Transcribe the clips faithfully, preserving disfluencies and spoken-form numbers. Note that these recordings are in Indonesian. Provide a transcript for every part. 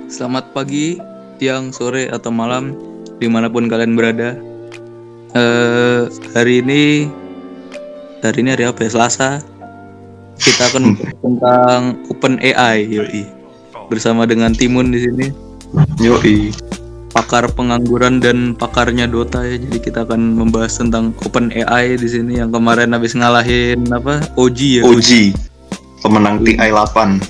Selamat pagi, siang, sore, atau malam, dimanapun kalian berada. Eh hari ini, hari ini hari apa ya? Selasa. Kita akan membahas tentang Open A I, yoi. Bersama dengan Timun di sini, Yoi. pakar pengangguran dan pakarnya Dota ya. Jadi kita akan membahas tentang Open A I di sini yang kemarin habis ngalahin apa? O G ya. O G, pemenang T I delapan.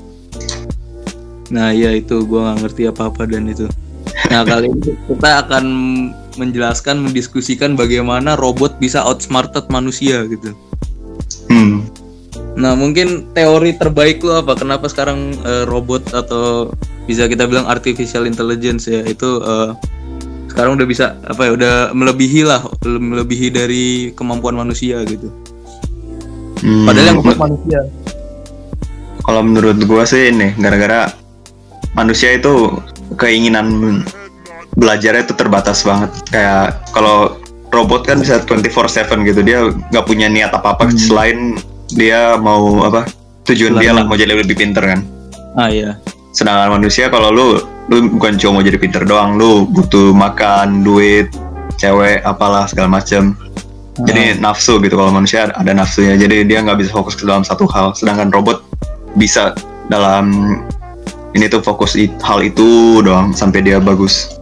Nah ya itu gue nggak ngerti apa-apa dan itu. Nah kali ini kita akan menjelaskan, mendiskusikan bagaimana robot bisa outsmarted manusia gitu. Hmm. Nah mungkin teori terbaik lo apa? Kenapa sekarang uh, robot atau bisa kita bilang artificial intelligence ya itu uh, sekarang udah bisa apa ya? Udah melebihi lah, melebihi dari kemampuan manusia gitu. Hmm. Padahal yang kuat manusia. Kalau menurut gua sih ini gara-gara manusia itu keinginan belajarnya itu terbatas banget. Kayak kalau robot kan bisa dua puluh empat tujuh gitu, dia nggak punya niat apa-apa hmm. selain dia mau apa tujuan selain dia lah mau jadi lebih pinter kan. Ah iya. Sedangkan manusia kalau lu lu bukan cuma mau jadi pinter doang, lu butuh makan, duit, cewek, apalah segala macam. Ah. Jadi nafsu gitu, kalau manusia ada nafsunya, jadi dia nggak bisa fokus ke dalam satu hal. Sedangkan robot bisa dalam ini tuh fokus it, hal itu doang sampai dia bagus.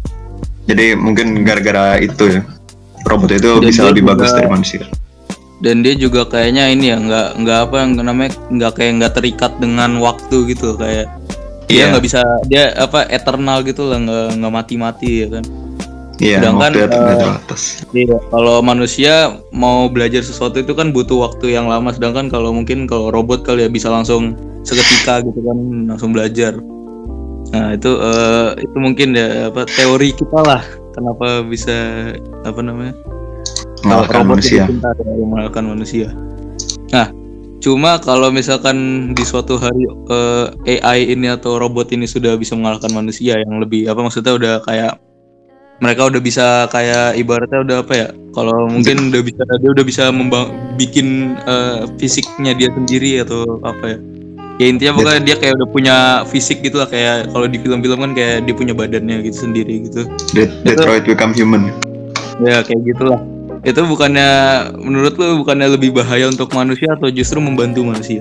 Jadi mungkin gara-gara itu ya robot itu dan bisa lebih juga, bagus dari manusia. Dan dia juga kayaknya ini ya nggak nggak apa yang namanya nggak kayak nggak terikat dengan waktu gitu, kayak dia nggak yeah. bisa dia apa eternal gitu lah, nggak nggak mati-mati ya kan. Iya. Sedangkan uh, iya, kalau manusia mau belajar sesuatu itu kan butuh waktu yang lama. Sedangkan kalau mungkin kalau robot kali ya bisa langsung seketika gitu kan, langsung belajar. Nah itu uh, itu mungkin ya apa teori kita lah kenapa bisa apa namanya mengalahkan manusia. Pintar, ya, mengalahkan manusia. Nah cuma kalau misalkan di suatu hari uh, A I ini atau robot ini sudah bisa mengalahkan manusia yang lebih apa maksudnya udah kayak mereka udah bisa kayak ibaratnya udah apa ya, kalau mungkin udah bisa dia udah bisa membang- bikin uh, fisiknya dia sendiri atau apa ya, ya intinya pokoknya dia kayak udah punya fisik gitu lah, kayak kalau di film-film kan kayak dia punya badannya gitu sendiri gitu. Det- Detroit Become Human. Ya kayak gitulah. Itu bukannya menurut lu bukannya lebih bahaya untuk manusia atau justru membantu manusia?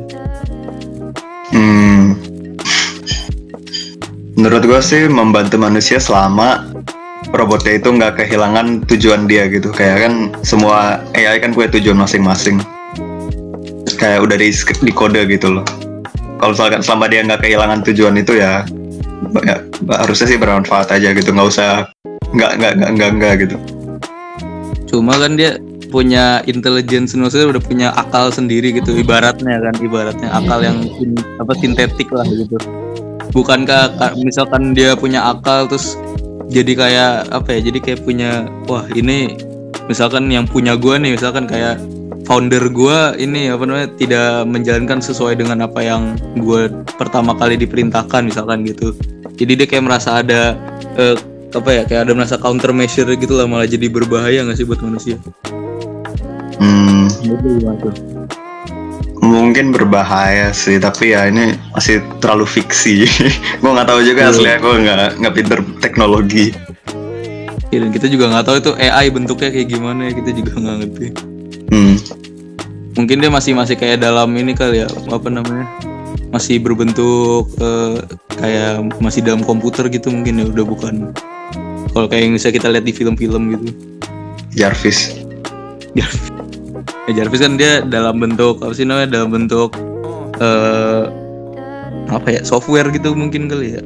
Hmm. Menurut gua sih membantu manusia selama robotnya itu nggak kehilangan tujuan dia gitu. Kayak kan semua A I kan punya tujuan masing-masing. Kayak udah di, di kode gitu loh. Kalau misalkan selama dia nggak kehilangan tujuan itu ya, ya harusnya sih bermanfaat aja gitu. Nggak usah nggak nggak nggak nggak nggak gitu. Cuma kan dia punya intelligence, maksudnya udah punya akal sendiri gitu. Ibaratnya kan, ibaratnya akal yang apa sintetik lah gitu. Bukankah misalkan dia punya akal terus jadi kayak apa ya, jadi kayak punya wah ini misalkan yang punya gue nih, misalkan kayak founder gue ini apa namanya tidak menjalankan sesuai dengan apa yang gue pertama kali diperintahkan misalkan gitu, jadi dia kayak merasa ada eh, apa ya kayak ada merasa countermeasure gitu lah, malah jadi berbahaya nggak sih buat manusia? Hmm. Gitu gimana tuh? Mungkin berbahaya sih, tapi ya ini masih terlalu fiksi. Gue nggak tahu juga aslinya, gue nggak nggak pinter teknologi. Ya, dan kita juga nggak tahu itu A I bentuknya kayak gimana, kita juga nggak ngerti. Hmm. Mungkin dia masih masih kayak dalam ini kali ya, apa namanya, masih berbentuk uh, kayak masih dalam komputer gitu mungkin ya, udah bukan kalau kayak yang bisa kita lihat di film-film gitu. Jarvis. Jarvis. Ya, Jarvis kan dia dalam bentuk apa sih namanya, dalam bentuk uh, apa ya, software gitu mungkin kali ya.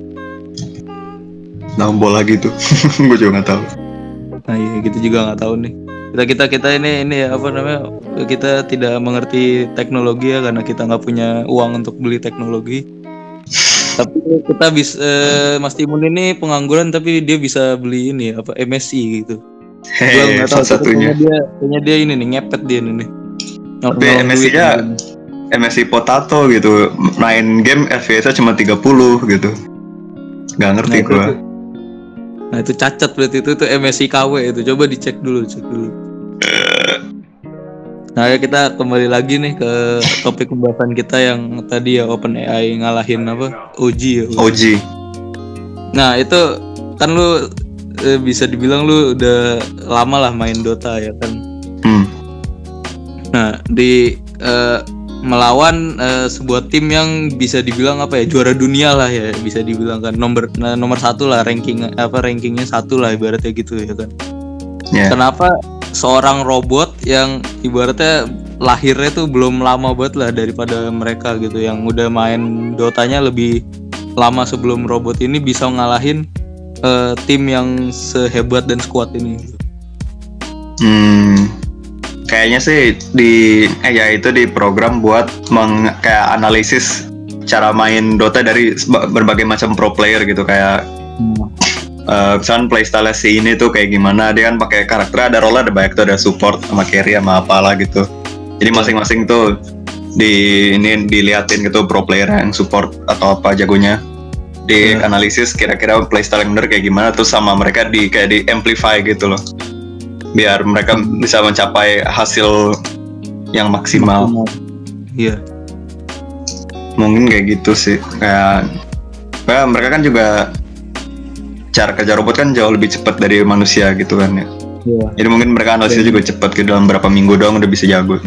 Nah bola gitu, gue juga nggak tahu. Nah iya gitu juga nggak tahu nih. Kita kita kita ini ini apa namanya, kita tidak mengerti teknologi ya karena kita nggak punya uang untuk beli teknologi. Tapi kita bisa eh, Mas Timun ini pengangguran tapi dia bisa beli ini apa M S I gitu. Hei, salah satunya. Dia, kayaknya dia ini nih ngepet dia ini nih. Tapi M S I-nya M S I potato gitu, main game F P S-nya cuma tiga puluh gitu. Gak ngerti nah, gua. Itu, nah itu cacat berarti, itu itu M S I K W itu. Coba dicek dulu, cek dulu. Nah ya kita kembali lagi nih ke topik pembahasan kita yang tadi ya, Open A I ngalahin apa? O G ya. O G. Nah itu kan lu eh, bisa dibilang lu udah lama lah main Dota ya kan. Hmm. Nah di eh, melawan eh, sebuah tim yang bisa dibilang apa ya, juara dunia lah ya, bisa dibilang kan nomor nah, nomor satu lah, ranking apa rankingnya satu lah ibaratnya gitu ya kan. Yeah. Kenapa seorang robot yang ibaratnya lahirnya tuh belum lama banget lah daripada mereka gitu, yang udah main Dotanya lebih lama sebelum robot ini bisa ngalahin uh, tim yang sehebat dan sekuat ini. Hmm, kayaknya sih di eh ya itu di program buat meng, kayak analisis cara main Dota dari berbagai macam pro player gitu, kayak hmm. uh, misalkan playstyle si ini tuh kayak gimana, dia kan pakai karakter ada role ada banyak tuh, ada support sama carry sama apalah gitu. Jadi masing-masing tuh di ini diliatin gitu pro player yang support atau apa jagonya, di hmm. analisis kira-kira playstyle yang bener kayak gimana, terus sama mereka di kayak di amplify gitu loh, biar mereka bisa mencapai hasil yang maksimal. Iya. Mungkin kayak gitu sih. Kayak, kayak mereka kan juga cara kerja robot kan jauh lebih cepat dari manusia gitu kan ya. Iya. Jadi mungkin mereka analisis juga cepat gitu, dalam berapa minggu doang udah bisa jago.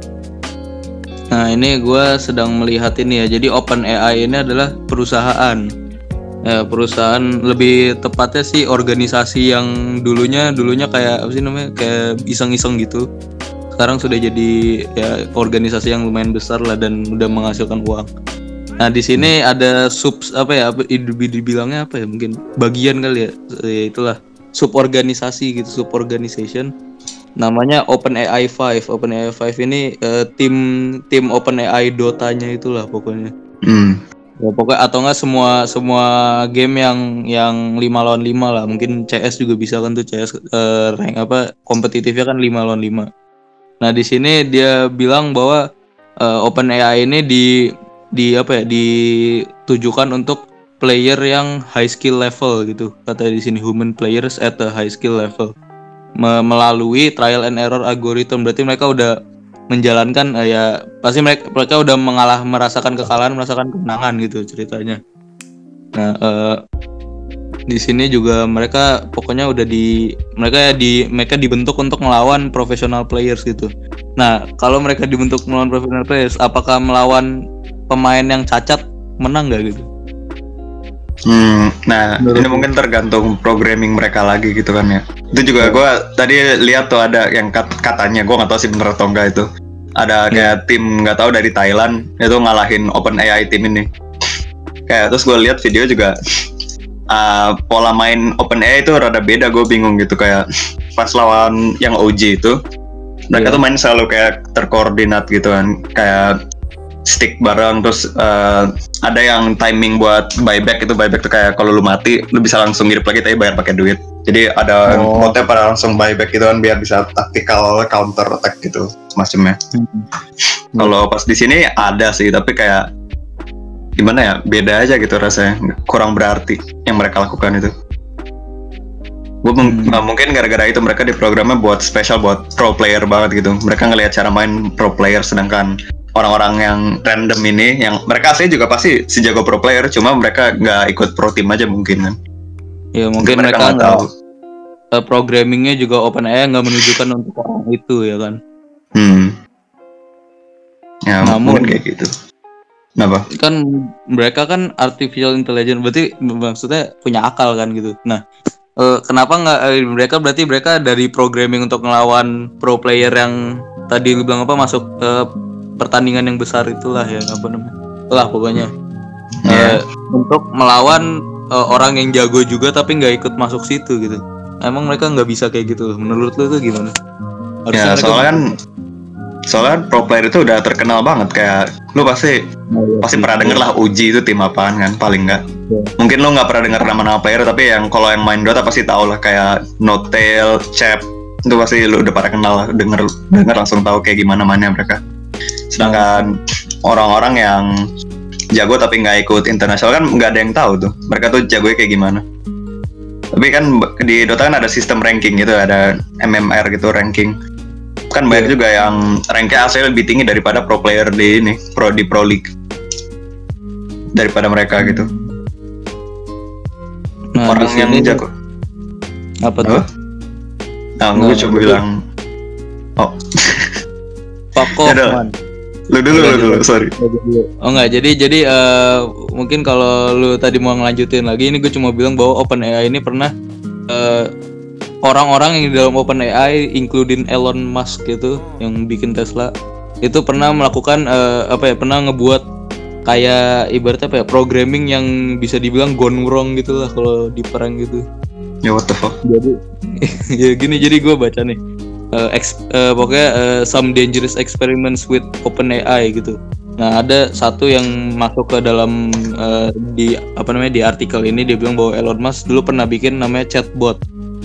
Nah ini gue sedang melihat ini ya. Jadi OpenAI ini adalah perusahaan. Ya, perusahaan lebih tepatnya sih organisasi yang dulunya dulunya kayak apa sih namanya, kayak iseng-iseng gitu. Sekarang sudah jadi ya organisasi yang lumayan besar lah dan udah menghasilkan uang. Nah di sini ada sub apa ya, apa dibilangnya apa ya, mungkin bagian kali ya, ya itulah suborganisasi gitu, suborganization. Namanya OpenAI lima. OpenAI lima ini uh, tim tim OpenAI Dotanya itulah pokoknya. Hmm. Ya pokoknya atau enggak semua semua game yang yang lima lawan lima lah. Mungkin C S juga bisa kan tuh, C S uh, rank apa kompetitifnya kan lima lawan lima. Nah, di sini dia bilang bahwa uh, OpenAI ini di di apa ya, ditujukan untuk player yang high skill level gitu. Kata di sini human players at a high skill level. Me- melalui trial and error algorithm. Berarti mereka udah menjalankan uh, ya pasti mereka mereka udah mengalah merasakan kekalahan, merasakan kemenangan gitu ceritanya. Nah, uh, di sini juga mereka pokoknya udah di mereka di mereka dibentuk untuk melawan professional players gitu. Nah, kalau mereka dibentuk melawan professional players, apakah melawan pemain yang cacat menang nggak gitu? Hmm, nah Menurut ini mungkin tergantung programming mereka lagi gitu kan ya. Itu juga gue tadi lihat tuh ada yang kat- katanya, gue nggak tahu sih bener atau enggak, itu ada kayak hmm. tim nggak tahu dari Thailand itu ngalahin OpenAI tim ini. Kayak terus gue lihat video juga. Uh, pola main OpenAI itu rada beda, gue bingung gitu. Kayak pas lawan yang O G itu mereka yeah. tuh main selalu kayak terkoordinat gitu kan, kayak stick bareng, terus uh, ada yang timing buat buyback. Itu buyback tuh kayak kalau lu mati lu bisa langsung hidup lagi tapi bayar pakai duit. Jadi ada oh. modnya pada langsung buyback gitu kan, biar bisa tactical counter attack gitu semacamnya. Hmm. Kalau pas di sini ada sih, tapi kayak gimana ya, beda aja gitu rasanya, kurang berarti yang mereka lakukan itu. Gue hmm. m- mungkin gara-gara itu mereka di programnya buat spesial buat pro player banget gitu. Mereka ngelihat cara main pro player, sedangkan orang-orang yang random ini, yang mereka asli juga pasti sejago pro player, cuma mereka nggak ikut pro team aja mungkin kan. Ya mungkin mereka nggak tahu. Uh, programmingnya juga OpenAI nggak menunjukkan untuk orang itu ya kan. Hmm. Ya namun mungkin kayak gitu. Kenapa? Kan mereka kan artificial intelligence, berarti maksudnya punya akal kan gitu. Nah, uh, kenapa nggak uh, mereka berarti mereka dari programming untuk ngelawan pro player yang tadi lu bilang apa, masuk uh, pertandingan yang besar itulah ya, apa namanya? Lah pokoknya. Yeah. Uh, untuk melawan uh, orang yang jago juga tapi nggak ikut masuk situ gitu. Emang mereka nggak bisa kayak gitu? Menurut lu tuh gimana? Harusnya ya soalnya kan soalnya pro player itu udah terkenal banget, kayak lu pasti oh, iya, pasti iya, pernah denger lah Uji itu tim apaan kan, paling nggak. Iya. Mungkin lu nggak pernah denger nama-nama player, tapi yang kalau yang main Dota pasti tahu lah, kayak Notail, Chap, itu pasti lu udah pada kenal lah, denger denger langsung tahu kayak gimana mainnya mereka. Sedangkan oh. orang-orang yang jago tapi nggak ikut internasional kan nggak ada yang tahu tuh mereka tuh jagonya kayak gimana. Tapi kan di Dota kan ada sistem ranking gitu, ada M M R gitu ranking. Kan banyak juga yang ranknya asli lebih tinggi daripada pro player di ini, pro di Pro League, daripada mereka gitu. Nah, orang di yang sini jago. apa Apa? tuh? Nah, Nah, gue coba itu- bilang. Oh, Fuck off, Yaudah. man. lu dulu, lu Lanjut, dulu, lanjut. sorry. Oh enggak, jadi jadi eh, mungkin kalau lu tadi mau ngelanjutin lagi, ini gue cuma bilang bahwa OpenAI ini pernah eh, orang-orang yang di dalam OpenAI, including Elon Musk gitu, yang bikin Tesla, itu pernah melakukan eh, apa ya, pernah ngebuat kayak ibaratnya apa ya, programming yang bisa dibilang gone wrong gitu lah kalau di perang gitu. Ya what the fuck. Jadi ya gini, jadi gue baca nih eh, eks- eh, pokoknya eh, some dangerous experiments with OpenAI gitu. Nah, ada satu yang masuk ke dalam eh, di apa namanya, di artikel ini dia bilang bahwa Elon Musk dulu pernah bikin namanya chatbot.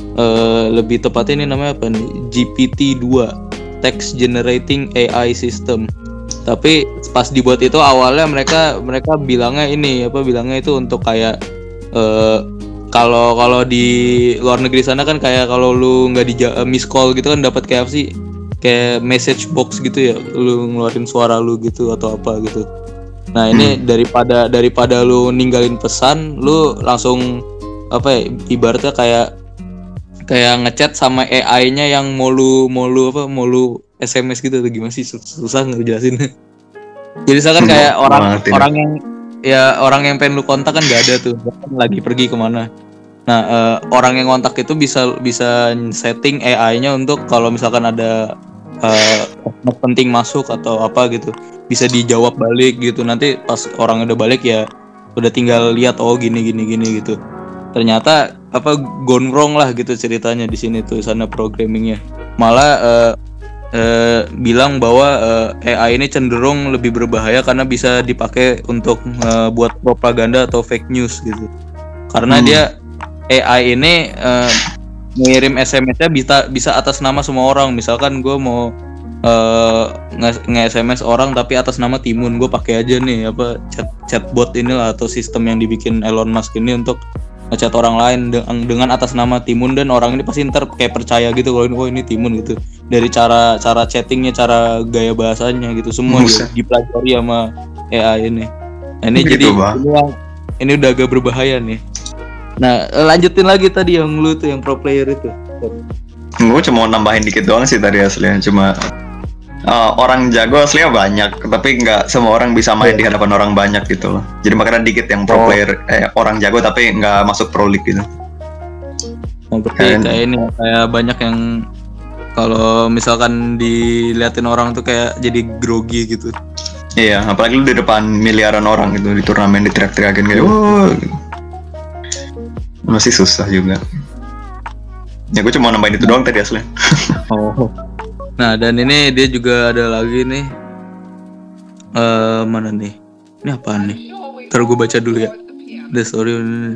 Eh, lebih tepatnya ini namanya apa nih? G P T dua, Text Generating A I System. Tapi pas dibuat itu awalnya mereka mereka bilangnya ini apa bilangnya itu untuk kayak eh, kalau kalau di luar negeri sana kan kayak kalau lu nggak di miss call gitu kan dapat kayak apa sih, kayak message box gitu ya, lu ngeluarin suara lu gitu atau apa gitu. Nah ini Hmm. daripada daripada lu ninggalin pesan, lu langsung apa ya, ibaratnya kayak kayak ngechat sama A I-nya yang mau lu mau lu apa mau lu S M S gitu atau gimana sih, Sus- susah ngejelasin. Jadi misalkan kayak Gua orang ngerti dah. orang yang ya orang yang pengen lu kontak kan nggak ada tuh, kan lagi pergi kemana. Nah eh, orang yang kontak itu bisa bisa setting A I-nya untuk kalau misalkan ada eh, penting masuk atau apa gitu, bisa dijawab balik gitu. Nanti pas orang udah balik ya udah tinggal lihat oh gini gini gini gitu. Ternyata apa gone wrong lah gitu ceritanya di sini tuh sana programmingnya. Malah eh, eh, bilang bahwa eh, A I ini cenderung lebih berbahaya karena bisa dipakai untuk eh, buat propaganda atau fake news gitu. Karena Hmm. dia A I ini eh, ngirim S M S-nya bisa bisa atas nama semua orang. Misalkan gue mau eh, nge- nge-S M S orang tapi atas nama Timun, gue pakai aja nih apa chat chatbot inilah atau sistem yang dibikin Elon Musk ini untuk ngechat orang lain dengan, dengan atas nama Timun, dan orang ini pasti ntar kayak percaya gitu kalau ini oh ini Timun gitu. Dari cara cara chattingnya, cara gaya bahasanya gitu, semua Buset. di- dipelajari sama A I ini. Nah, ini Gitu, jadi Bang. ini, yang- ini udah agak berbahaya nih. Nah, eh, lanjutin lagi tadi yang lu tuh yang pro player itu. Gue cuma mau nambahin dikit doang sih tadi aslinya. Cuma uh, orang jago aslinya banyak, tapi nggak semua orang bisa main di hadapan orang banyak gitu loh. Jadi makanya dikit yang pro Oh. player, eh, orang jago tapi nggak masuk pro league gitu. Oh, berarti Kan. kayak ini kayak banyak yang kalau misalkan diliatin orang tuh kayak jadi grogi gitu. Iya, apalagi lu di depan miliaran orang gitu di turnamen diteriak-teriakin kayak wow. Gitu. Masih susah juga. Ya gue cuma nambahin itu doang tadi aslinya. Oh. Nah, dan ini dia juga ada lagi nih. Eh mana nih? Ini apaan nih? Ntar gue baca dulu ya. The story.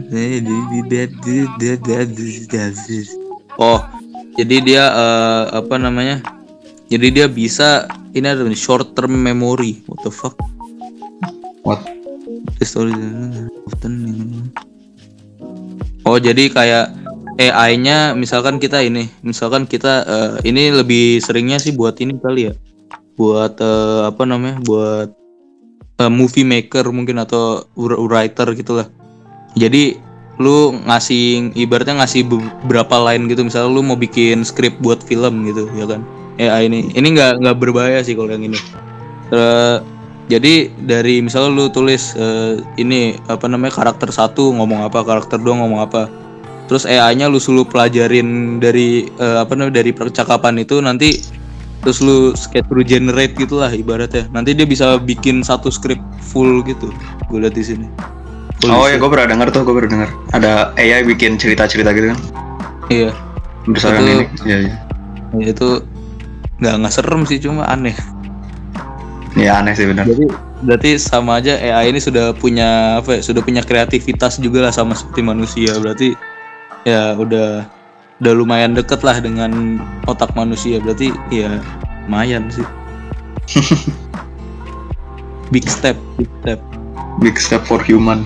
Oh, jadi dia eh, apa namanya? Jadi dia bisa ini ada nih short term memory. What the fuck? What? The story often. Oh, jadi kayak A I-nya misalkan kita ini, misalkan kita eh, ini lebih seringnya sih buat ini kali ya. Buat eh, apa namanya? Buat eh, movie maker mungkin atau wr- writer gitulah. Jadi lu ngasih ibaratnya ngasih beberapa line gitu, misalnya lu mau bikin skrip buat film gitu ya kan. A I ini ini nggak nggak berbahaya sih kalau yang ini. Eh, jadi dari misalnya lu tulis eh, ini apa namanya karakter satu ngomong apa, karakter dua ngomong apa. Terus A I-nya lu suruh pelajarin dari eh, apa namanya dari percakapan itu, nanti terus lu kayak through generate gitulah ibaratnya. Nanti dia bisa bikin satu skrip full gitu. Gue lihat di sini. Full Oh isi. ya, gue pernah denger tuh, gue pernah denger. Ada A I bikin cerita-cerita gitu kan. Iya. Berdasarkan Itu- ini. Iya, iya. Ya, itu nggak nggak serem sih, cuma aneh. Iya aneh sih benar. Jadi berarti sama aja A I ini sudah punya apa ya, sudah punya kreativitas juga lah sama seperti manusia. Berarti ya udah udah lumayan deket lah dengan otak manusia. Berarti ya lumayan sih. Big step, big step. Big step for human.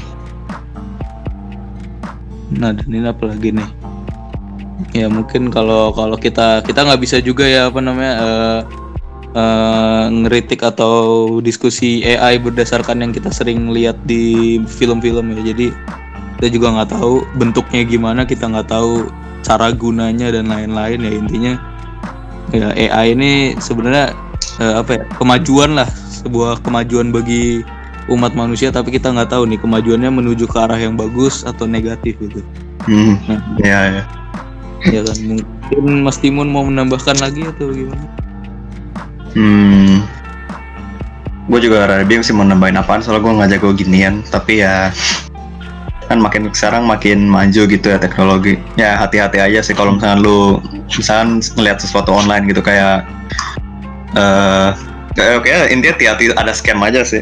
Nah, dan ini apa lagi nih? Ya mungkin kalau kalau kita kita nggak bisa juga ya apa namanya eh, eh, ngeritik atau diskusi A I berdasarkan yang kita sering lihat di film-film ya. Jadi kita juga nggak tahu bentuknya gimana, kita nggak tahu cara gunanya dan lain-lain. Ya intinya ya A I ini sebenarnya eh, apa ya, kemajuan lah, sebuah kemajuan bagi umat manusia, tapi kita nggak tahu nih kemajuannya menuju ke arah yang bagus atau negatif gitu. Hmm. Nah, Ya, ya. ya kan, mungkin Mas Timun mau menambahkan lagi atau gimana? Hmm. Gue juga rada bingung sih mau nambahin apaan, soalnya gue nggak jago ginian. Tapi ya kan makin sekarang makin maju gitu ya teknologi. Ya hati-hati aja sih kalau misalnya lu misalkan ngeliat sesuatu online gitu, kayak eh uh, oke okay, intinya hati-hati ada scam aja sih.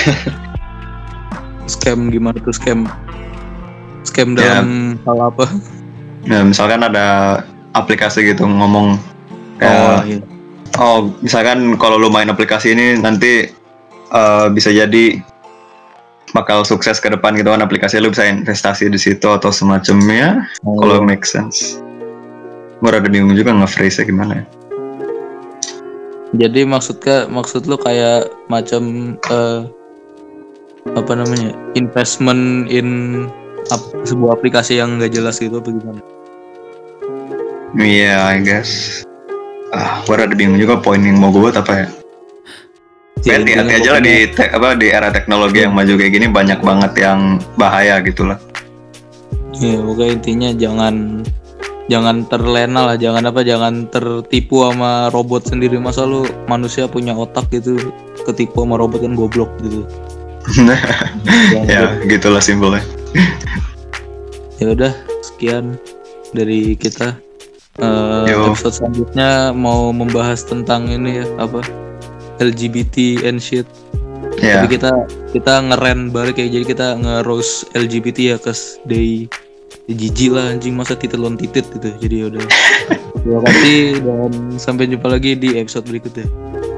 Scam gimana tuh scam? Scam dalam ya, hal apa? Ya, misalkan ada aplikasi gitu ngomong kayak oh, iya. oh misalkan kalau lu main aplikasi ini nanti uh, bisa jadi bakal sukses ke depan gitu kan, aplikasi lu bisa investasi di situ atau semacamnya. Oh. Kalau make sense. Gue rada bingung juga nge-phrase gimana ya. Jadi maksudnya maksud lu kayak macam uh, apa namanya, investment in ap- sebuah aplikasi yang nggak jelas gitu apa gimana? Iya, yeah, I guess. Ah, gue rada bingung juga poin yang mau gue buat apa ya. Ya, hati-hati aja lah di te- apa di era teknologi yang maju kayak gini, banyak banget yang bahaya gitu lah. Iya, pokoknya intinya jangan jangan terlena lah, jangan apa, jangan tertipu sama robot sendiri. Masa lu manusia punya otak gitu, ketipu sama robot kan goblok gitu. Ya, gitulah simpelnya. Ya udah, sekian dari kita. Uh, episode selanjutnya mau membahas tentang ini ya, apa, L G B T and shit. Yeah. Tapi kita kita ngeren balik ya, jadi kita nge-roast L G B T ya, kes day jijik lah anjing, masa titit lon titit gitu. Jadi udah. Terima kasih dan sampai jumpa lagi di episode berikutnya.